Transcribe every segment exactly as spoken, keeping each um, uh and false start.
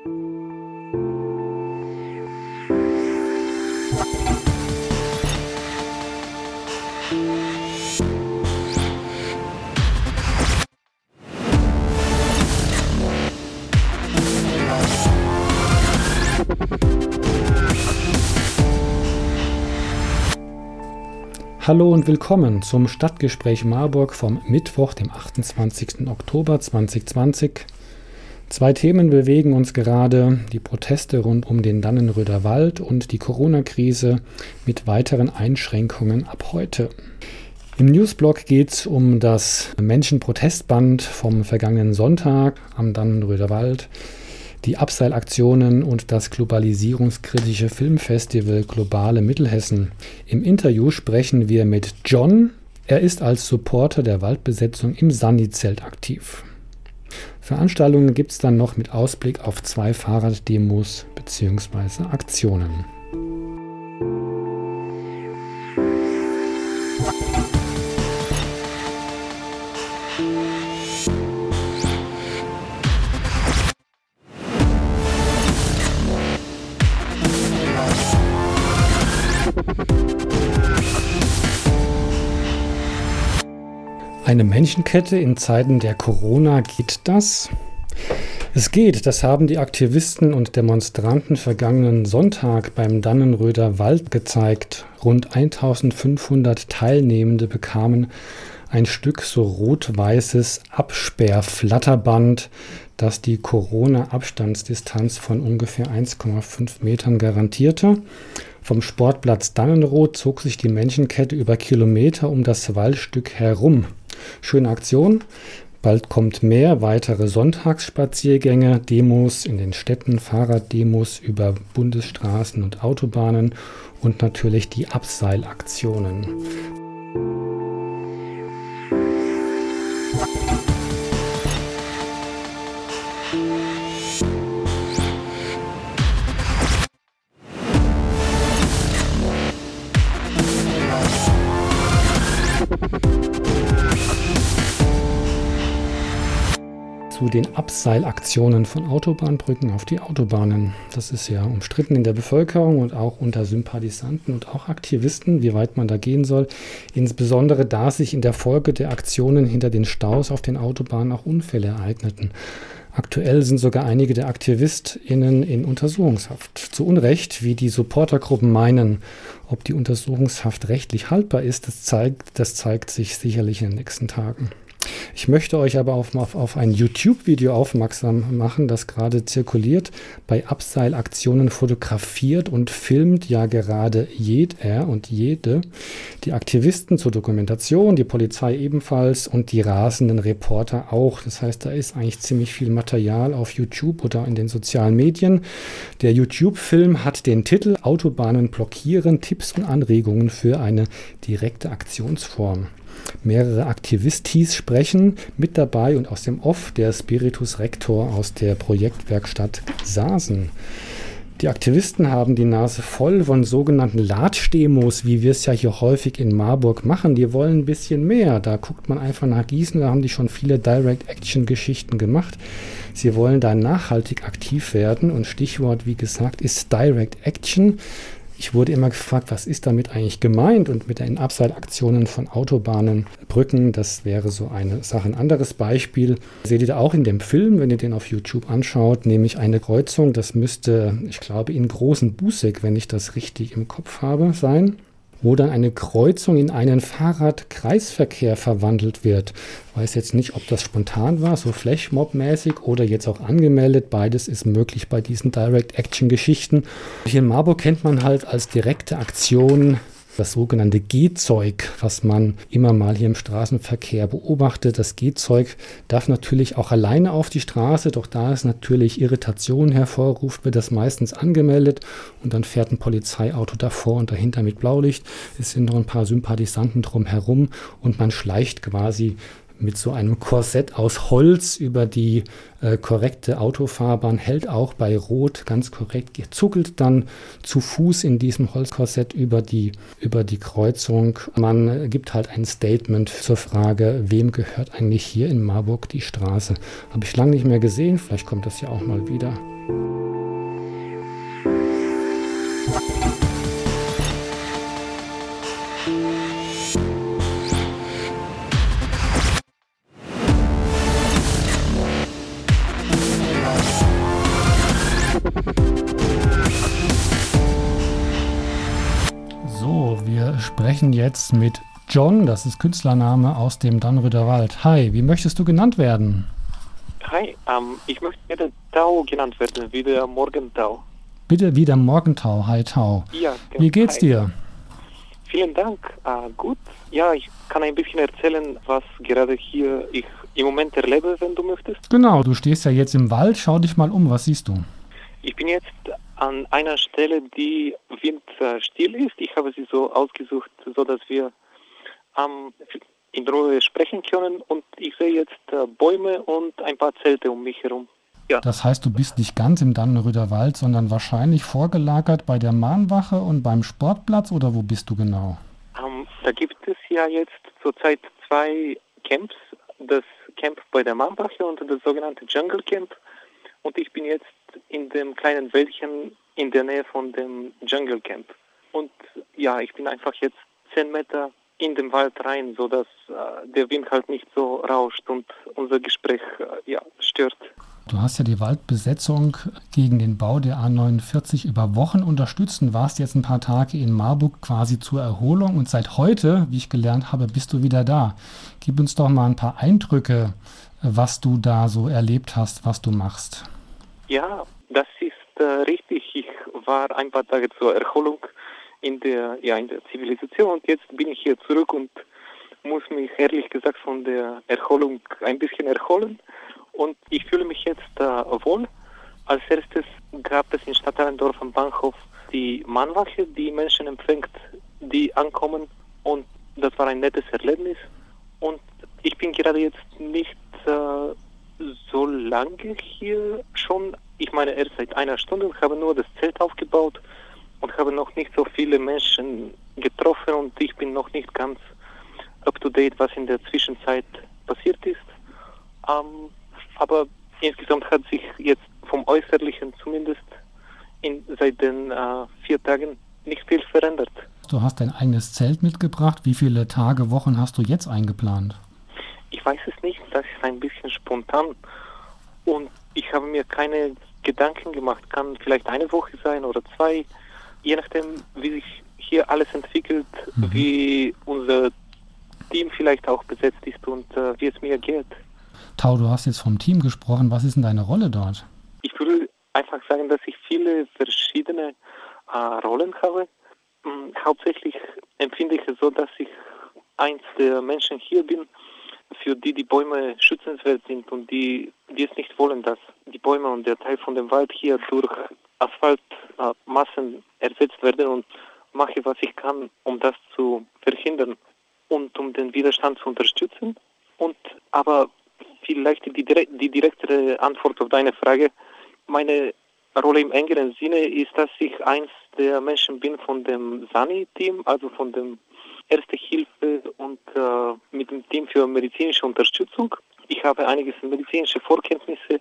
Hallo und willkommen zum Stadtgespräch Marburg vom Mittwoch, dem achtundzwanzigsten Oktober zweitausendzwanzig. Zwei Themen bewegen uns gerade: die Proteste rund um den Dannenröder Wald und die Corona-Krise mit weiteren Einschränkungen ab heute. Im Newsblog geht es um das Menschenprotestband vom vergangenen Sonntag am Dannenröder Wald, die Abseilaktionen und das globalisierungskritische Filmfestival Globale Mittelhessen. Im Interview sprechen wir mit John. Er ist als Supporter der Waldbesetzung im Sani-Zelt aktiv. Veranstaltungen gibt es dann noch mit Ausblick auf zwei Fahrraddemos bzw. Aktionen. Eine Menschenkette in Zeiten der Corona, geht das? Es geht, das haben die Aktivisten und Demonstranten vergangenen Sonntag beim Dannenröder Wald gezeigt. Rund eintausendfünfhundert Teilnehmende bekamen ein Stück so rot-weißes Absperrflatterband, das die Corona-Abstandsdistanz von ungefähr eins Komma fünf Metern garantierte. Vom Sportplatz Dannenroth zog sich die Menschenkette über Kilometer um das Waldstück herum. Schöne Aktion. Bald kommt mehr, weitere Sonntagsspaziergänge, Demos in den Städten, Fahrraddemos über Bundesstraßen und Autobahnen und natürlich die Abseilaktionen. Zu den Abseilaktionen von Autobahnbrücken auf die Autobahnen. Das ist ja umstritten in der Bevölkerung und auch unter Sympathisanten und auch Aktivisten, wie weit man da gehen soll. Insbesondere da sich in der Folge der Aktionen hinter den Staus auf den Autobahnen auch Unfälle ereigneten. Aktuell sind sogar einige der AktivistInnen in Untersuchungshaft. Zu Unrecht, wie die Supportergruppen meinen. Ob die Untersuchungshaft rechtlich haltbar ist, das zeigt, das zeigt sich sicherlich in den nächsten Tagen. Ich möchte euch aber auf, auf, auf ein YouTube-Video aufmerksam machen, das gerade zirkuliert. Bei Abseilaktionen fotografiert und filmt ja gerade jeder und jede. Die Aktivisten zur Dokumentation, die Polizei ebenfalls und die rasenden Reporter auch. Das heißt, da ist eigentlich ziemlich viel Material auf YouTube oder in den sozialen Medien. Der YouTube-Film hat den Titel Autobahnen blockieren, Tipps und Anregungen für eine direkte Aktionsform. Mehrere Aktivistis sprechen mit dabei und aus dem Off der Spiritus Rector aus der Projektwerkstatt Saasen. Die Aktivisten haben die Nase voll von sogenannten Latschdemos, wie wir es ja hier häufig in Marburg machen. Die wollen ein bisschen mehr. Da guckt man einfach nach Gießen, da haben die schon viele Direct-Action-Geschichten gemacht. Sie wollen da nachhaltig aktiv werden und Stichwort, wie gesagt, ist Direct Action. Ich wurde immer gefragt, was ist damit eigentlich gemeint? Und mit den Abseilaktionen von Autobahnen, Brücken, das wäre so eine Sache. Ein anderes Beispiel seht ihr da auch in dem Film, wenn ihr den auf YouTube anschaut, nämlich eine Kreuzung. Das müsste, ich glaube, in Großen-Bußeck, wenn ich das richtig im Kopf habe, sein, wo dann eine Kreuzung in einen Fahrradkreisverkehr verwandelt wird. Ich weiß jetzt nicht, ob das spontan war, so Flashmob-mäßig oder jetzt auch angemeldet. Beides ist möglich bei diesen Direct-Action-Geschichten. Hier in Marburg kennt man halt als direkte Aktion das sogenannte Gehzeug, was man immer mal hier im Straßenverkehr beobachtet. Das Gehzeug darf natürlich auch alleine auf die Straße, doch da es natürlich Irritationen hervorruft, wird das meistens angemeldet und dann fährt ein Polizeiauto davor und dahinter mit Blaulicht. Es sind noch ein paar Sympathisanten drumherum und man schleicht quasi mit so einem Korsett aus Holz über die äh, korrekte Autofahrbahn, hält auch bei Rot ganz korrekt, zuckelt dann zu Fuß in diesem Holzkorsett über die, über die Kreuzung. Man äh, gibt halt ein Statement zur Frage, wem gehört eigentlich hier in Marburg die Straße? Habe ich lange nicht mehr gesehen, vielleicht kommt das ja auch mal wieder. sprechen jetzt mit John, das ist Künstlername aus dem Dannröder Wald. Hi, wie möchtest du genannt werden? Hi, ähm, ich möchte gerne Tau genannt werden, wie der Morgentau. Bitte wie der Morgentau. Hi, Tau. Ja, genau. Wie geht's Hi. dir? Vielen Dank. Äh, gut. Ja, ich kann ein bisschen erzählen, was gerade hier ich im Moment erlebe, wenn du möchtest. Genau, du stehst ja jetzt im Wald. Schau dich mal um. Was siehst du? Ich bin jetzt an einer Stelle, die windstill ist. Ich habe sie so ausgesucht, so dass wir ähm, in Ruhe sprechen können. Und ich sehe jetzt äh, Bäume und ein paar Zelte um mich herum. Ja. Das heißt, du bist nicht ganz im Dannröder Wald, sondern wahrscheinlich vorgelagert bei der Mahnwache und beim Sportplatz, oder wo bist du genau? Ähm, da gibt es ja jetzt zurzeit zwei Camps, das Camp bei der Mahnwache und das sogenannte Jungle Camp. Und ich bin jetzt in dem kleinen Wäldchen in der Nähe von dem Jungle Camp. Und ja, ich bin einfach jetzt zehn Meter in den Wald rein, sodass äh, der Wind halt nicht so rauscht und unser Gespräch äh, ja, stört. Du hast ja die Waldbesetzung gegen den Bau der A neunundvierzig über Wochen unterstützt und warst jetzt ein paar Tage in Marburg quasi zur Erholung. Und seit heute, wie ich gelernt habe, bist du wieder da. Gib uns doch mal ein paar Eindrücke, was du da so erlebt hast, was du machst. Ja, das ist äh, richtig. Ich war ein paar Tage zur Erholung in der, ja, in der Zivilisation und jetzt bin ich hier zurück und muss mich ehrlich gesagt von der Erholung ein bisschen erholen. Und ich fühle mich jetzt äh, wohl. Als erstes gab es in Stadt Allendorf am Bahnhof die Mahnwache, die Menschen empfängt, die ankommen. Und das war ein nettes Erlebnis. Und ich bin gerade jetzt nicht äh, so lange hier schon. Ich meine erst seit einer Stunde und habe nur das Zelt aufgebaut und habe noch nicht so viele Menschen getroffen. Und ich bin noch nicht ganz up to date, was in der Zwischenzeit passiert ist. Ähm, Aber insgesamt hat sich jetzt vom Äußerlichen zumindest in, seit den äh, vier Tagen nicht viel verändert. Du hast dein eigenes Zelt mitgebracht. Wie viele Tage, Wochen hast du jetzt eingeplant? Ich weiß es nicht, das ist ein bisschen spontan. Und ich habe mir keine Gedanken gemacht. Kann vielleicht eine Woche sein oder zwei. Je nachdem, wie sich hier alles entwickelt, mhm. wie unser Team vielleicht auch besetzt ist und äh, wie es mir geht. Tau, du hast jetzt vom Team gesprochen. Was ist denn deine Rolle dort? Ich würde einfach sagen, dass ich viele verschiedene äh, Rollen habe. Hm, hauptsächlich empfinde ich es so, dass ich eins der Menschen hier bin, für die die Bäume schützenswert sind und die, die es nicht wollen, dass die Bäume und der Teil von dem Wald hier durch Asphaltmassen äh, ersetzt werden, und mache, was ich kann, um das zu verhindern und um den Widerstand zu unterstützen. Und aber vielleicht die, die direktere Antwort auf deine Frage. Meine Rolle im engeren Sinne ist, dass ich eins der Menschen bin von dem SANI-Team, also von dem Erste Hilfe und äh, mit dem Team für medizinische Unterstützung. Ich habe einiges medizinische Vorkenntnisse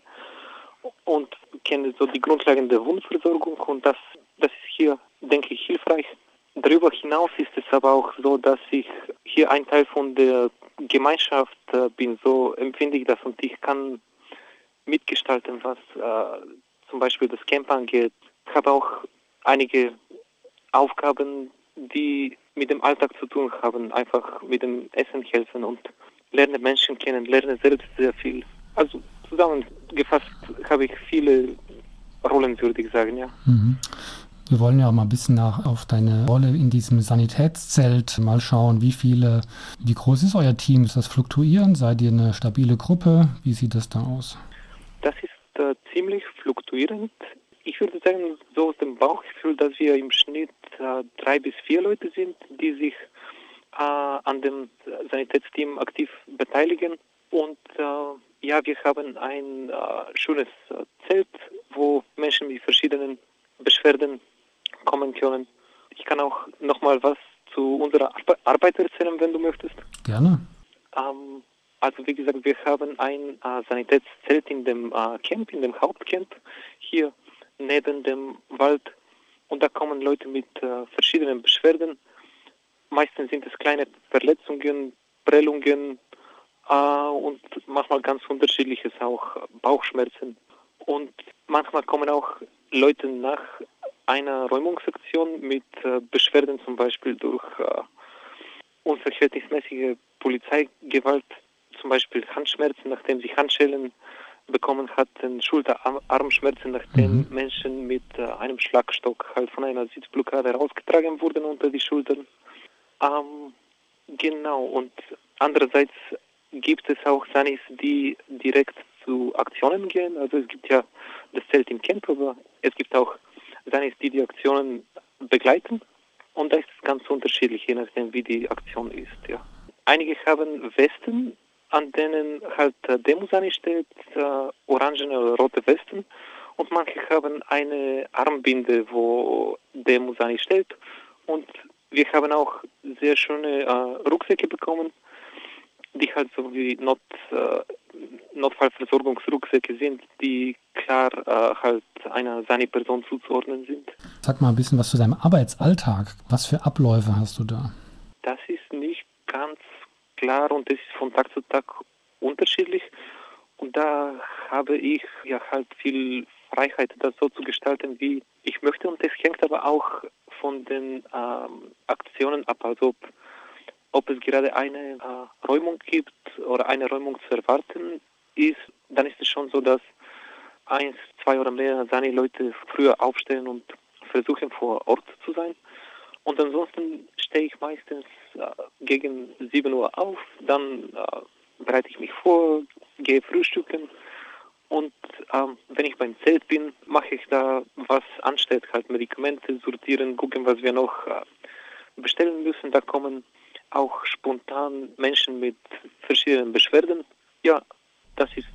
und kenne so die Grundlagen der Wundversorgung, und das, das ist hier, denke ich, hilfreich. Darüber hinaus ist es aber auch so, dass ich hier ein Teil von der Gemeinschaft äh, bin, so empfinde ich das, und ich kann mitgestalten, was äh, zum Beispiel das Camp angeht. Ich habe auch einige Aufgaben, die mit dem Alltag zu tun haben, einfach mit dem Essen helfen und lerne Menschen kennen, lerne selbst sehr viel. Also zusammengefasst habe ich viele Rollen, würde ich sagen, ja. Mhm. Wir wollen ja auch mal ein bisschen nach, auf deine Rolle in diesem Sanitätszelt mal schauen. Wie viele, wie groß ist euer Team? Ist das fluktuierend? Seid ihr eine stabile Gruppe? Wie sieht das da aus? Das ist äh, ziemlich fluktuierend. Ich würde sagen, so aus dem Bauchgefühl, dass wir im Schnitt äh, drei bis vier Leute sind, die sich äh, an dem Sanitätsteam aktiv beteiligen. Und äh, ja, wir haben ein äh, schönes äh, Zelt, wo Menschen mit verschiedenen Beschwerden kommen können. Ich kann auch nochmal was zu unserer Arbe- Arbeit erzählen, wenn du möchtest. Gerne. Ähm, also wie gesagt, wir haben ein äh, Sanitätszelt in dem äh, Camp, in dem Hauptcamp, hier neben dem Wald. Und da kommen Leute mit äh, verschiedenen Beschwerden. Meistens sind es kleine Verletzungen, Prellungen äh, und manchmal ganz unterschiedliches, auch Bauchschmerzen. Und manchmal kommen auch Leute nach einer Räumungsaktion mit äh, Beschwerden, zum Beispiel durch äh, unverhältnismäßige Polizeigewalt, zum Beispiel Handschmerzen, nachdem sie Handschellen bekommen hatten, Schulter-Armschmerzen, nachdem mhm. Menschen mit äh, einem Schlagstock halt von einer Sitzblockade rausgetragen wurden unter die Schultern. Ähm, genau, und andererseits gibt es auch Sanis, die direkt zu Aktionen gehen. Also es gibt ja das Zelt im Camp, aber es gibt auch Sanis, die die Aktionen begleiten. Und da ist es ganz unterschiedlich, je nachdem, wie die Aktion ist. Ja. Einige haben Westen, an denen halt äh, Demo-Sani steht, äh, orangene oder rote Westen. Und manche haben eine Armbinde, wo Demo-Sani steht. Und wir haben auch sehr schöne äh, Rucksäcke bekommen, die halt so wie Not, äh, Notfallversorgungsrucksäcke sind, die klar äh, halt einer Sani-Person zuzuordnen sind. Sag mal ein bisschen was zu deinem Arbeitsalltag. Was für Abläufe hast du da? Das ist nicht ganz klar und das ist von Tag zu Tag unterschiedlich. Und da habe ich ja halt viel Freiheit, das so zu gestalten, wie ich möchte. Und das hängt aber auch von den ähm, Aktionen ab. Also ob, ob es gerade eine äh, Räumung gibt oder eine Räumung zu erwarten ist, dann ist es schon so, dass eins, zwei oder mehr Sani-Leute früher aufstehen und versuchen vor Ort zu sein. Und ansonsten stehe ich meistens äh, gegen sieben Uhr auf, dann äh, bereite ich mich vor, gehe frühstücken und ähm, wenn ich beim Zelt bin, mache ich da, was ansteht, halt Medikamente sortieren, gucken, was wir noch äh, bestellen müssen. Da kommen auch spontan Menschen mit verschiedenen Beschwerden. Ja, das ist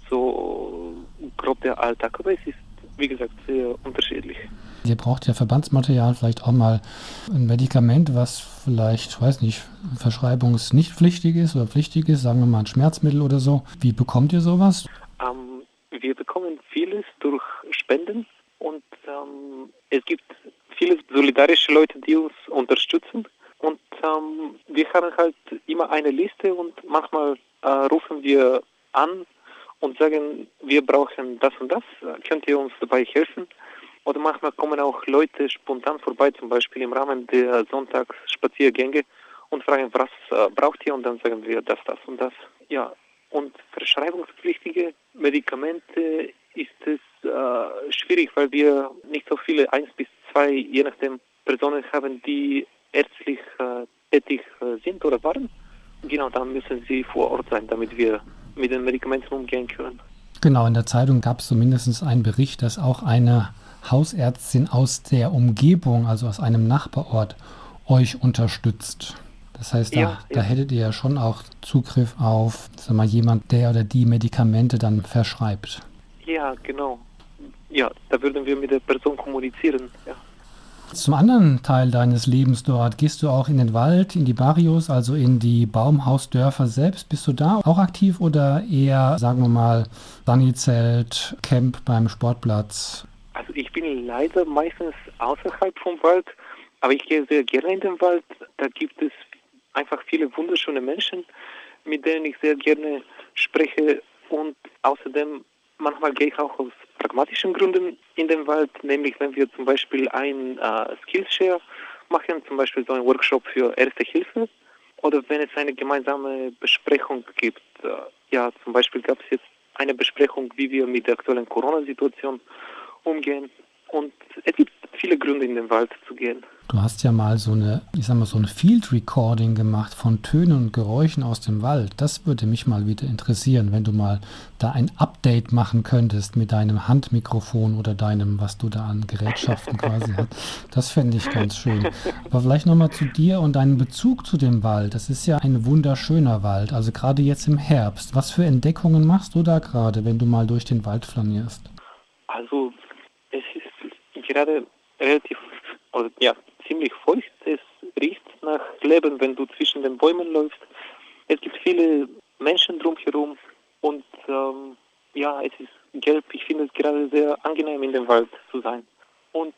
so grob der Alltag, aber es ist, wie gesagt, sehr unterschiedlich. Ihr braucht ja Verbandsmaterial, vielleicht auch mal ein Medikament, was vielleicht, ich weiß nicht, verschreibungs nicht pflichtig ist oder pflichtig ist, sagen wir mal ein Schmerzmittel oder so. Wie bekommt ihr sowas? Ähm, wir bekommen vieles durch Spenden und ähm, es gibt viele solidarische Leute, die uns unterstützen. Und ähm, wir haben halt immer eine Liste und manchmal äh, rufen wir an und sagen, wir brauchen das und das, könnt ihr uns dabei helfen? Oder manchmal kommen auch Leute spontan vorbei, zum Beispiel im Rahmen der Sonntagsspaziergänge und fragen, was äh, braucht ihr? Und dann sagen wir das, das und das. Ja, und verschreibungspflichtige Medikamente ist es äh, schwierig, weil wir nicht so viele, eins bis zwei, je nachdem, Personen haben, die ärztlich äh, tätig äh, sind oder waren. Genau, dann müssen sie vor Ort sein, damit wir mit den Medikamenten umgehen können. Genau, in der Zeitung gab es so mindestens einen Bericht, dass auch eine Hausärztin aus der Umgebung, also aus einem Nachbarort, euch unterstützt. Das heißt, da, ja, ja. da hättet ihr ja schon auch Zugriff auf, sag mal, jemand, der oder die Medikamente dann verschreibt. Ja, genau. Ja, da würden wir mit der Person kommunizieren, ja. Zum anderen Teil deines Lebens dort, gehst du auch in den Wald, in die Barrios, also in die Baumhausdörfer selbst? Bist du da auch aktiv oder eher, sagen wir mal, Sani-Zelt, Camp beim Sportplatz? Also ich bin leider meistens außerhalb vom Wald, aber ich gehe sehr gerne in den Wald. Da gibt es einfach viele wunderschöne Menschen, mit denen ich sehr gerne spreche und außerdem manchmal gehe ich auch aus pragmatischen Gründen in den Wald, nämlich wenn wir zum Beispiel ein äh, Skillshare machen, zum Beispiel so einen Workshop für Erste Hilfe oder wenn es eine gemeinsame Besprechung gibt. Äh, ja, zum Beispiel gab es jetzt eine Besprechung, wie wir mit der aktuellen Corona-Situation umgehen und es gibt viele Gründe, in den Wald zu gehen. Du hast ja mal so eine, ich sag mal, so ein Field Recording gemacht von Tönen und Geräuschen aus dem Wald. Das würde mich mal wieder interessieren, wenn du mal da ein Update machen könntest mit deinem Handmikrofon oder deinem, was du da an Gerätschaften quasi hast. Das fände ich ganz schön. Aber vielleicht nochmal zu dir und deinem Bezug zu dem Wald. Das ist ja ein wunderschöner Wald, also gerade jetzt im Herbst. Was für Entdeckungen machst du da gerade, wenn du mal durch den Wald flanierst? Also es ist gerade relativ, oder ja, ziemlich feucht. Es riecht nach Leben, wenn du zwischen den Bäumen läufst. Es gibt viele Menschen drumherum und ähm, ja, es ist gelb. Ich finde es gerade sehr angenehm, in dem Wald zu sein. Und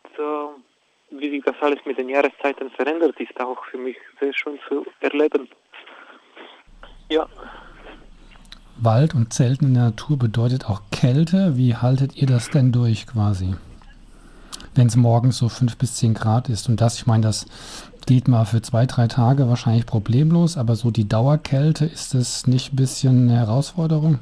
äh, wie sich das alles mit den Jahreszeiten verändert, ist auch für mich sehr schön zu erleben. Ja. Wald und Zelten in der Natur bedeutet auch Kälte. Wie haltet ihr das denn durch quasi? Wenn es morgens so fünf bis zehn Grad ist. Und das, ich meine, das geht mal für zwei, drei Tage wahrscheinlich problemlos, aber so die Dauerkälte, ist das nicht ein bisschen eine Herausforderung?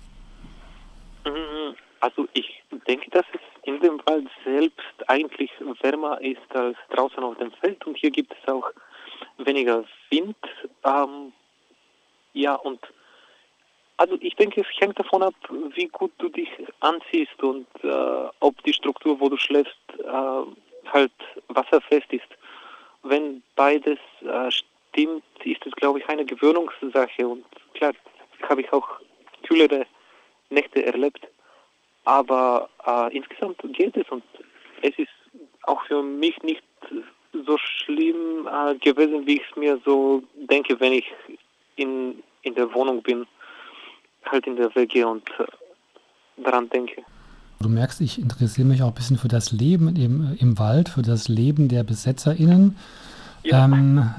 Mm, Also ich denke, dass es in dem Wald selbst eigentlich wärmer ist als draußen auf dem Feld und hier gibt es auch weniger Wind. Ähm, ja, und also ich denke, es hängt davon ab, wie gut du dich anziehst und äh, ob die Struktur, wo du schläfst, äh, halt wasserfest ist. Wenn beides äh, stimmt, ist es, glaube ich, eine Gewöhnungssache. Und klar, habe ich auch kühlere Nächte erlebt. Aber äh, insgesamt geht es und es ist auch für mich nicht so schlimm äh, gewesen, wie ich es mir so denke, wenn ich in, in der Wohnung bin, halt in der W G und äh, daran denke. Du merkst, ich interessiere mich auch ein bisschen für das Leben im, im Wald, für das Leben der BesetzerInnen. Ja. Ähm,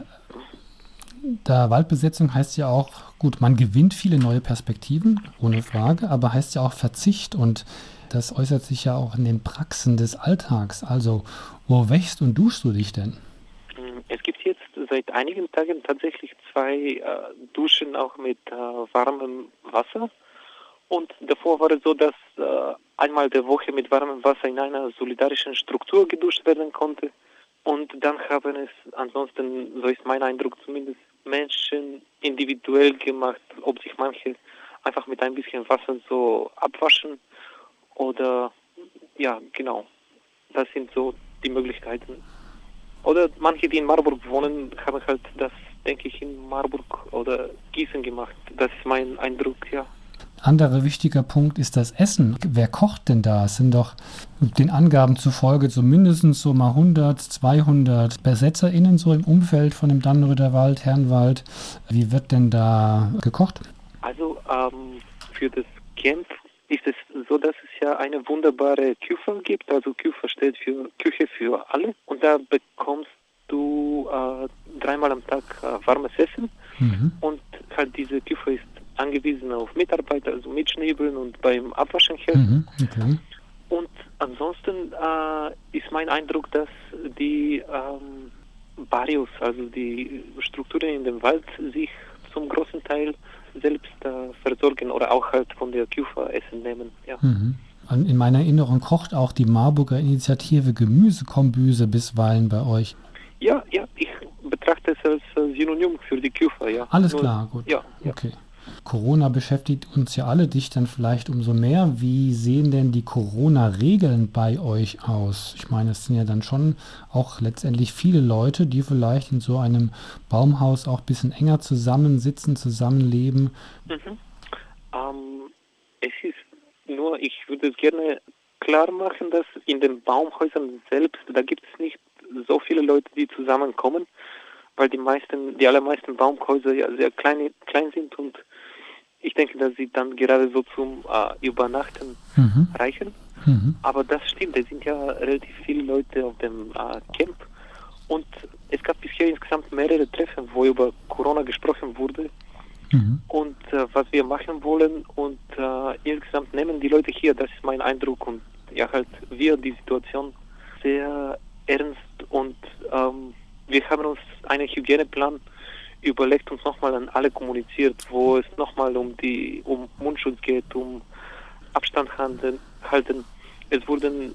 da Waldbesetzung heißt ja auch, gut, man gewinnt viele neue Perspektiven, ohne Frage, aber heißt ja auch Verzicht und das äußert sich ja auch in den Praxen des Alltags. Also, wo wächst und duschst du dich denn? Es gibt jetzt seit einigen Tagen tatsächlich zwei äh, Duschen auch mit äh, warmem Wasser. Und davor war es so, dass äh, einmal der Woche mit warmem Wasser in einer solidarischen Struktur geduscht werden konnte. Und dann haben es ansonsten, so ist mein Eindruck zumindest, Menschen individuell gemacht, ob sich manche einfach mit ein bisschen Wasser so abwaschen oder, ja, genau, das sind so die Möglichkeiten. Oder manche, die in Marburg wohnen, haben halt das, denke ich, in Marburg oder Gießen gemacht. Das ist mein Eindruck, ja. Anderer wichtiger Punkt ist das Essen. Wer kocht denn da? Es sind doch den Angaben zufolge so mindestens so mal hundert, zweihundert BesetzerInnen so im Umfeld von dem Dannenröder Wald, Herrenwald. Wie wird denn da gekocht? Also ähm, für das Camp ist es so, dass es ja eine wunderbare Küche gibt. Also Küche steht für Küche für alle. Und da bekommst du äh, dreimal am Tag äh, warmes Essen. Mhm. Und halt diese Küche ist angewiesen auf Mitarbeiter, also mitschnibbeln und beim Abwaschen helfen. Mhm, okay. Und ansonsten äh, ist mein Eindruck, dass die ähm, Barrios, also die Strukturen in dem Wald, sich zum großen Teil selbst äh, versorgen oder auch halt von der Küche Essen nehmen. Ja. Mhm. In meiner Erinnerung kocht auch die Marburger Initiative Gemüsekombüse bisweilen bei euch. Ja, ja, ich betrachte es als Synonym für die Küche. Ja. Alles Nur, klar, gut. Ja, ja. Okay. Corona beschäftigt uns ja alle, dich dann vielleicht umso mehr. Wie sehen denn die Corona-Regeln bei euch aus? Ich meine, es sind ja dann schon auch letztendlich viele Leute, die vielleicht in so einem Baumhaus auch ein bisschen enger zusammensitzen, zusammenleben. Mhm. Ähm, es ist nur, ich würde es gerne klar machen, dass in den Baumhäusern selbst, da gibt es nicht so viele Leute, die zusammenkommen, weil die meisten, die allermeisten Baumhäuser ja sehr klein, klein sind und ich denke, dass sie dann gerade so zum äh, Übernachten mhm. reichen. Mhm. Aber das stimmt, es sind ja relativ viele Leute auf dem äh, Camp und es gab bisher insgesamt mehrere Treffen, wo über Corona gesprochen wurde mhm. und äh, was wir machen wollen und äh, insgesamt nehmen die Leute hier, das ist mein Eindruck und ja halt wir die Situation sehr ernst und ähm, wir haben uns einen Hygieneplan überlegt und nochmal an alle kommuniziert, wo es nochmal um die um Mundschutz geht, um Abstand halten. Es wurden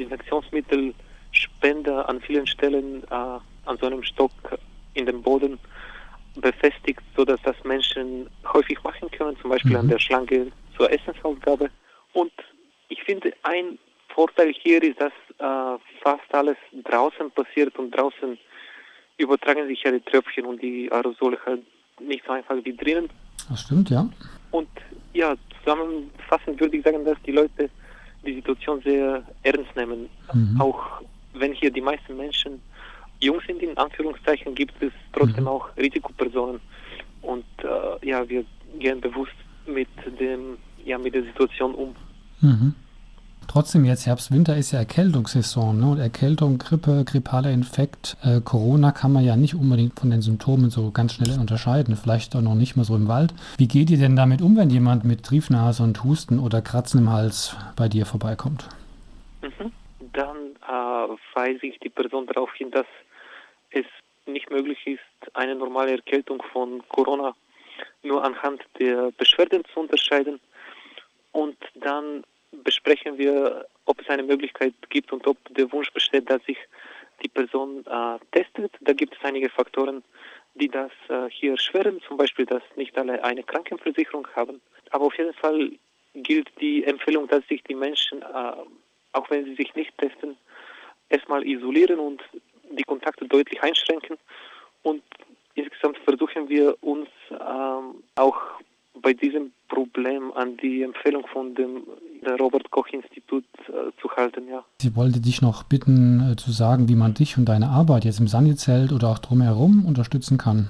Desinfektionsmittelspender an vielen Stellen äh, an so einem Stock in dem Boden befestigt, sodass das Menschen häufig machen können, zum Beispiel mhm. an der Schlange zur Essensausgabe. Und ich finde, ein Vorteil hier ist, dass äh, fast alles draußen passiert und draußen übertragen sich ja die Tröpfchen und die Aerosole halt nicht so einfach wie drinnen. Das stimmt, ja. Und ja, zusammenfassend würde ich sagen, dass die Leute die Situation sehr ernst nehmen. Mhm. Auch wenn hier die meisten Menschen jung sind, in Anführungszeichen, gibt es trotzdem mhm. auch Risikopersonen. Und äh, ja, wir gehen bewusst mit dem, ja, mit der Situation um. Mhm. Trotzdem jetzt Herbst, Winter ist ja Erkältungssaison, ne? Und Erkältung, Grippe, grippaler Infekt, äh, Corona kann man ja nicht unbedingt von den Symptomen so ganz schnell unterscheiden, vielleicht auch noch nicht mal so im Wald. Wie geht ihr denn damit um, wenn jemand mit Triefnase und Husten oder Kratzen im Hals bei dir vorbeikommt? Mhm. Dann äh, weise ich die Person darauf hin, dass es nicht möglich ist, eine normale Erkältung von Corona nur anhand der Beschwerden zu unterscheiden. Und dann besprechen wir, ob es eine Möglichkeit gibt und ob der Wunsch besteht, dass sich die Person äh, testet. Da gibt es einige Faktoren, die das äh, hier erschweren, zum Beispiel, dass nicht alle eine Krankenversicherung haben. Aber auf jeden Fall gilt die Empfehlung, dass sich die Menschen, äh, auch wenn sie sich nicht testen, erstmal isolieren und die Kontakte deutlich einschränken. Und insgesamt versuchen wir uns ähm, auch bei diesem Problem an die Empfehlung von dem Robert-Koch-Institut äh, zu halten, ja. Ich wollte dich noch bitten, äh, zu sagen, wie man dich und deine Arbeit jetzt im Sani-Zelt oder auch drumherum unterstützen kann.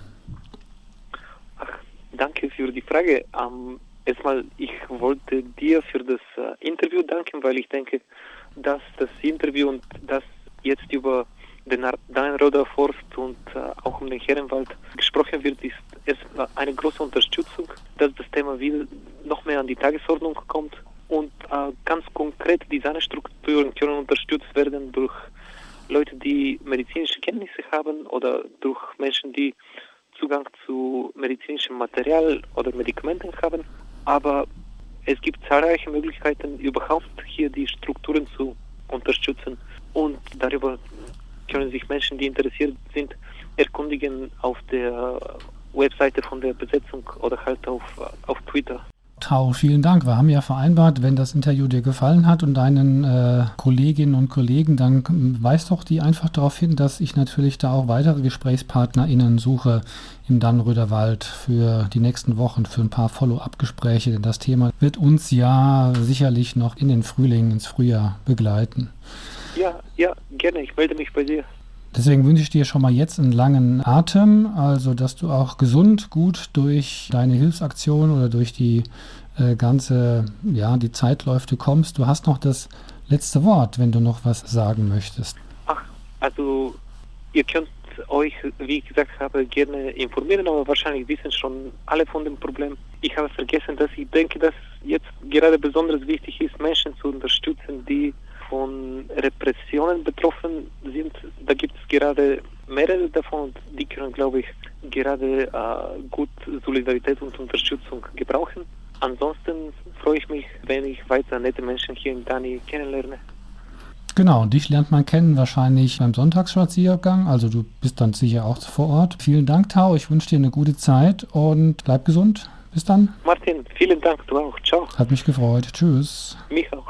Ach, danke für die Frage. Ähm, erstmal, ich wollte dir für das äh, Interview danken, weil ich denke, dass das Interview und das jetzt über den Dannenröder Forst und äh, auch um den Herrenwald gesprochen wird, ist es eine große Unterstützung, dass das Thema wieder noch mehr an die Tagesordnung kommt und äh, ganz konkret die Sani-Strukturen können unterstützt werden durch Leute, die medizinische Kenntnisse haben oder durch Menschen, die Zugang zu medizinischem Material oder Medikamenten haben. Aber es gibt zahlreiche Möglichkeiten, überhaupt hier die Strukturen zu unterstützen und darüber können sich Menschen, die interessiert sind, erkundigen auf der Webseite von der Besetzung oder halt auf, auf Twitter. Tau, vielen Dank. Wir haben ja vereinbart, wenn das Interview dir gefallen hat und deinen äh, Kolleginnen und Kollegen, dann weist doch die einfach darauf hin, dass ich natürlich da auch weitere GesprächspartnerInnen suche im Dannenröder Wald für die nächsten Wochen, für ein paar Follow-up-Gespräche, denn das Thema wird uns ja sicherlich noch in den Frühling, ins Frühjahr begleiten. Ja, ja, gerne. Ich melde mich bei dir. Deswegen wünsche ich dir schon mal jetzt einen langen Atem, also dass du auch gesund, gut durch deine Hilfsaktion oder durch die äh, ganze, ja, die Zeitläufe kommst. Du hast noch das letzte Wort, wenn du noch was sagen möchtest. Ach, also ihr könnt euch, wie ich gesagt habe, gerne informieren, aber wahrscheinlich wissen schon alle von dem Problem. Ich habe vergessen, dass ich denke, dass jetzt gerade besonders wichtig ist, Menschen zu unterstützen, die von Repressionen betroffen sind. Da gibt es gerade mehrere davon und die können, glaube ich, gerade äh, gut Solidarität und Unterstützung gebrauchen. Ansonsten freue ich mich, wenn ich weiter nette Menschen hier in Dani kennenlerne. Genau, und dich lernt man kennen wahrscheinlich beim Sonntagsspaziergang, also du bist dann sicher auch vor Ort. Vielen Dank, Tau, ich wünsche dir eine gute Zeit und bleib gesund. Bis dann. Martin, vielen Dank, du auch. Ciao. Hat mich gefreut. Tschüss. Mich auch.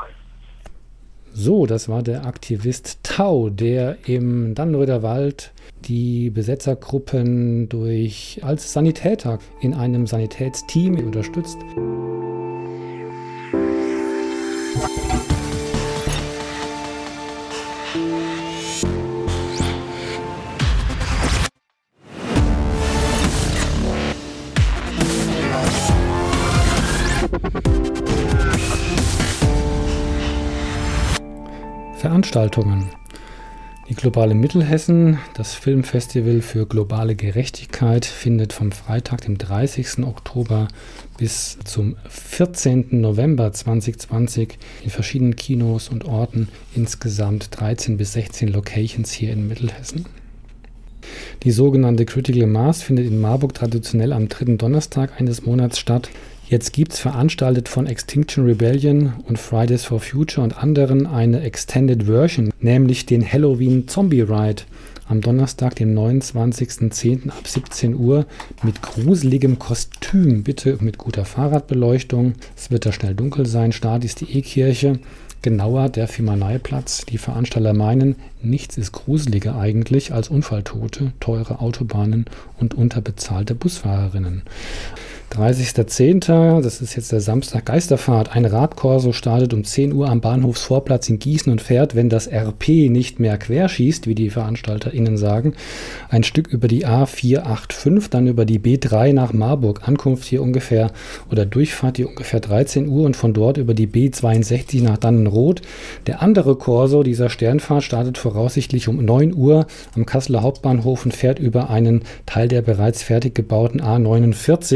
So, das war der Aktivist Tau, der im Dannenröder Wald die Besetzergruppen durch als Sanitäter in einem Sanitätsteam unterstützt. Veranstaltungen. Die Globale Mittelhessen, das Filmfestival für globale Gerechtigkeit, findet vom Freitag, dem dreißigsten Oktober bis zum vierzehnten November zweitausendzwanzig in verschiedenen Kinos und Orten, insgesamt dreizehn bis sechzehn Locations hier in Mittelhessen. Die sogenannte Critical Mass findet in Marburg traditionell am dritten Donnerstag eines Monats statt. Jetzt gibt es veranstaltet von Extinction Rebellion und Fridays for Future und anderen eine Extended Version, nämlich den Halloween Zombie Ride am Donnerstag, dem neunundzwanzigsten zehnten ab siebzehn Uhr mit gruseligem Kostüm, bitte mit guter Fahrradbeleuchtung. Es wird da schnell dunkel sein. Start ist die E-Kirche, genauer der Firmaneiplatz. Die Veranstalter meinen, nichts ist gruseliger eigentlich als Unfalltote, teure Autobahnen und unterbezahlte Busfahrerinnen. dreißigsten zehnten, das ist jetzt der Samstag, Geisterfahrt. Ein Radkorso startet um zehn Uhr am Bahnhofsvorplatz in Gießen und fährt, wenn das R P nicht mehr querschießt, wie die VeranstalterInnen sagen, ein Stück über die A vierhundertfünfundachtzig, dann über die B drei nach Marburg. Ankunft hier ungefähr oder Durchfahrt hier ungefähr dreizehn Uhr und von dort über die B zweiundsechzig nach Dannenroth. Der andere Korso dieser Sternfahrt startet voraussichtlich um neun Uhr am Kasseler Hauptbahnhof und fährt über einen Teil der bereits fertig gebauten A neunundvierzig nach Dannenroth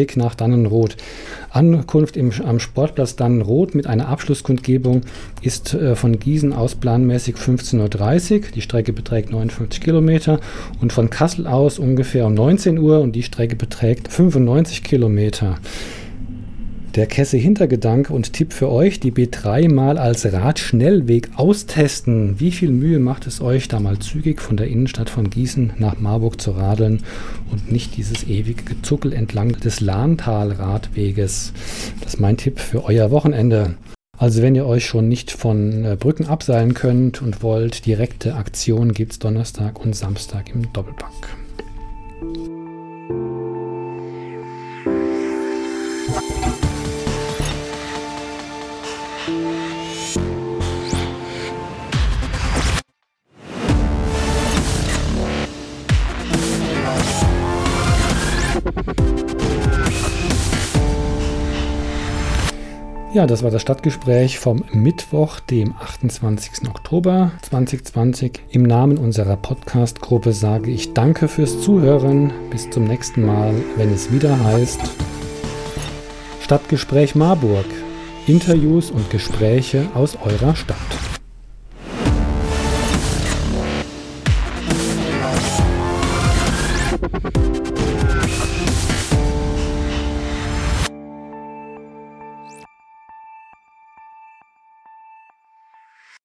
Dannenroth. Ankunft im, am Sportplatz Dannenroth mit einer Abschlusskundgebung ist äh, von Gießen aus planmäßig fünfzehn Uhr dreißig. Die Strecke beträgt neunundfünfzig Kilometer und von Kassel aus ungefähr um neunzehn Uhr und die Strecke beträgt fünfundneunzig Kilometer. Der Kesse-Hintergedanke und Tipp für euch, die B drei mal als Radschnellweg austesten. Wie viel Mühe macht es euch, da mal zügig von der Innenstadt von Gießen nach Marburg zu radeln und nicht dieses ewige Gezuckel entlang des Lahntal-Radweges? Das ist mein Tipp für euer Wochenende. Also wenn ihr euch schon nicht von äh, Brücken abseilen könnt und wollt, direkte Aktionen gibt es Donnerstag und Samstag im Doppelpack. Ja, das war das Stadtgespräch vom Mittwoch, dem achtundzwanzigsten Oktober zweitausendzwanzig. Im Namen unserer Podcast-Gruppe sage ich Danke fürs Zuhören. Bis zum nächsten Mal, wenn es wieder heißt Stadtgespräch Marburg. Interviews und Gespräche aus eurer Stadt.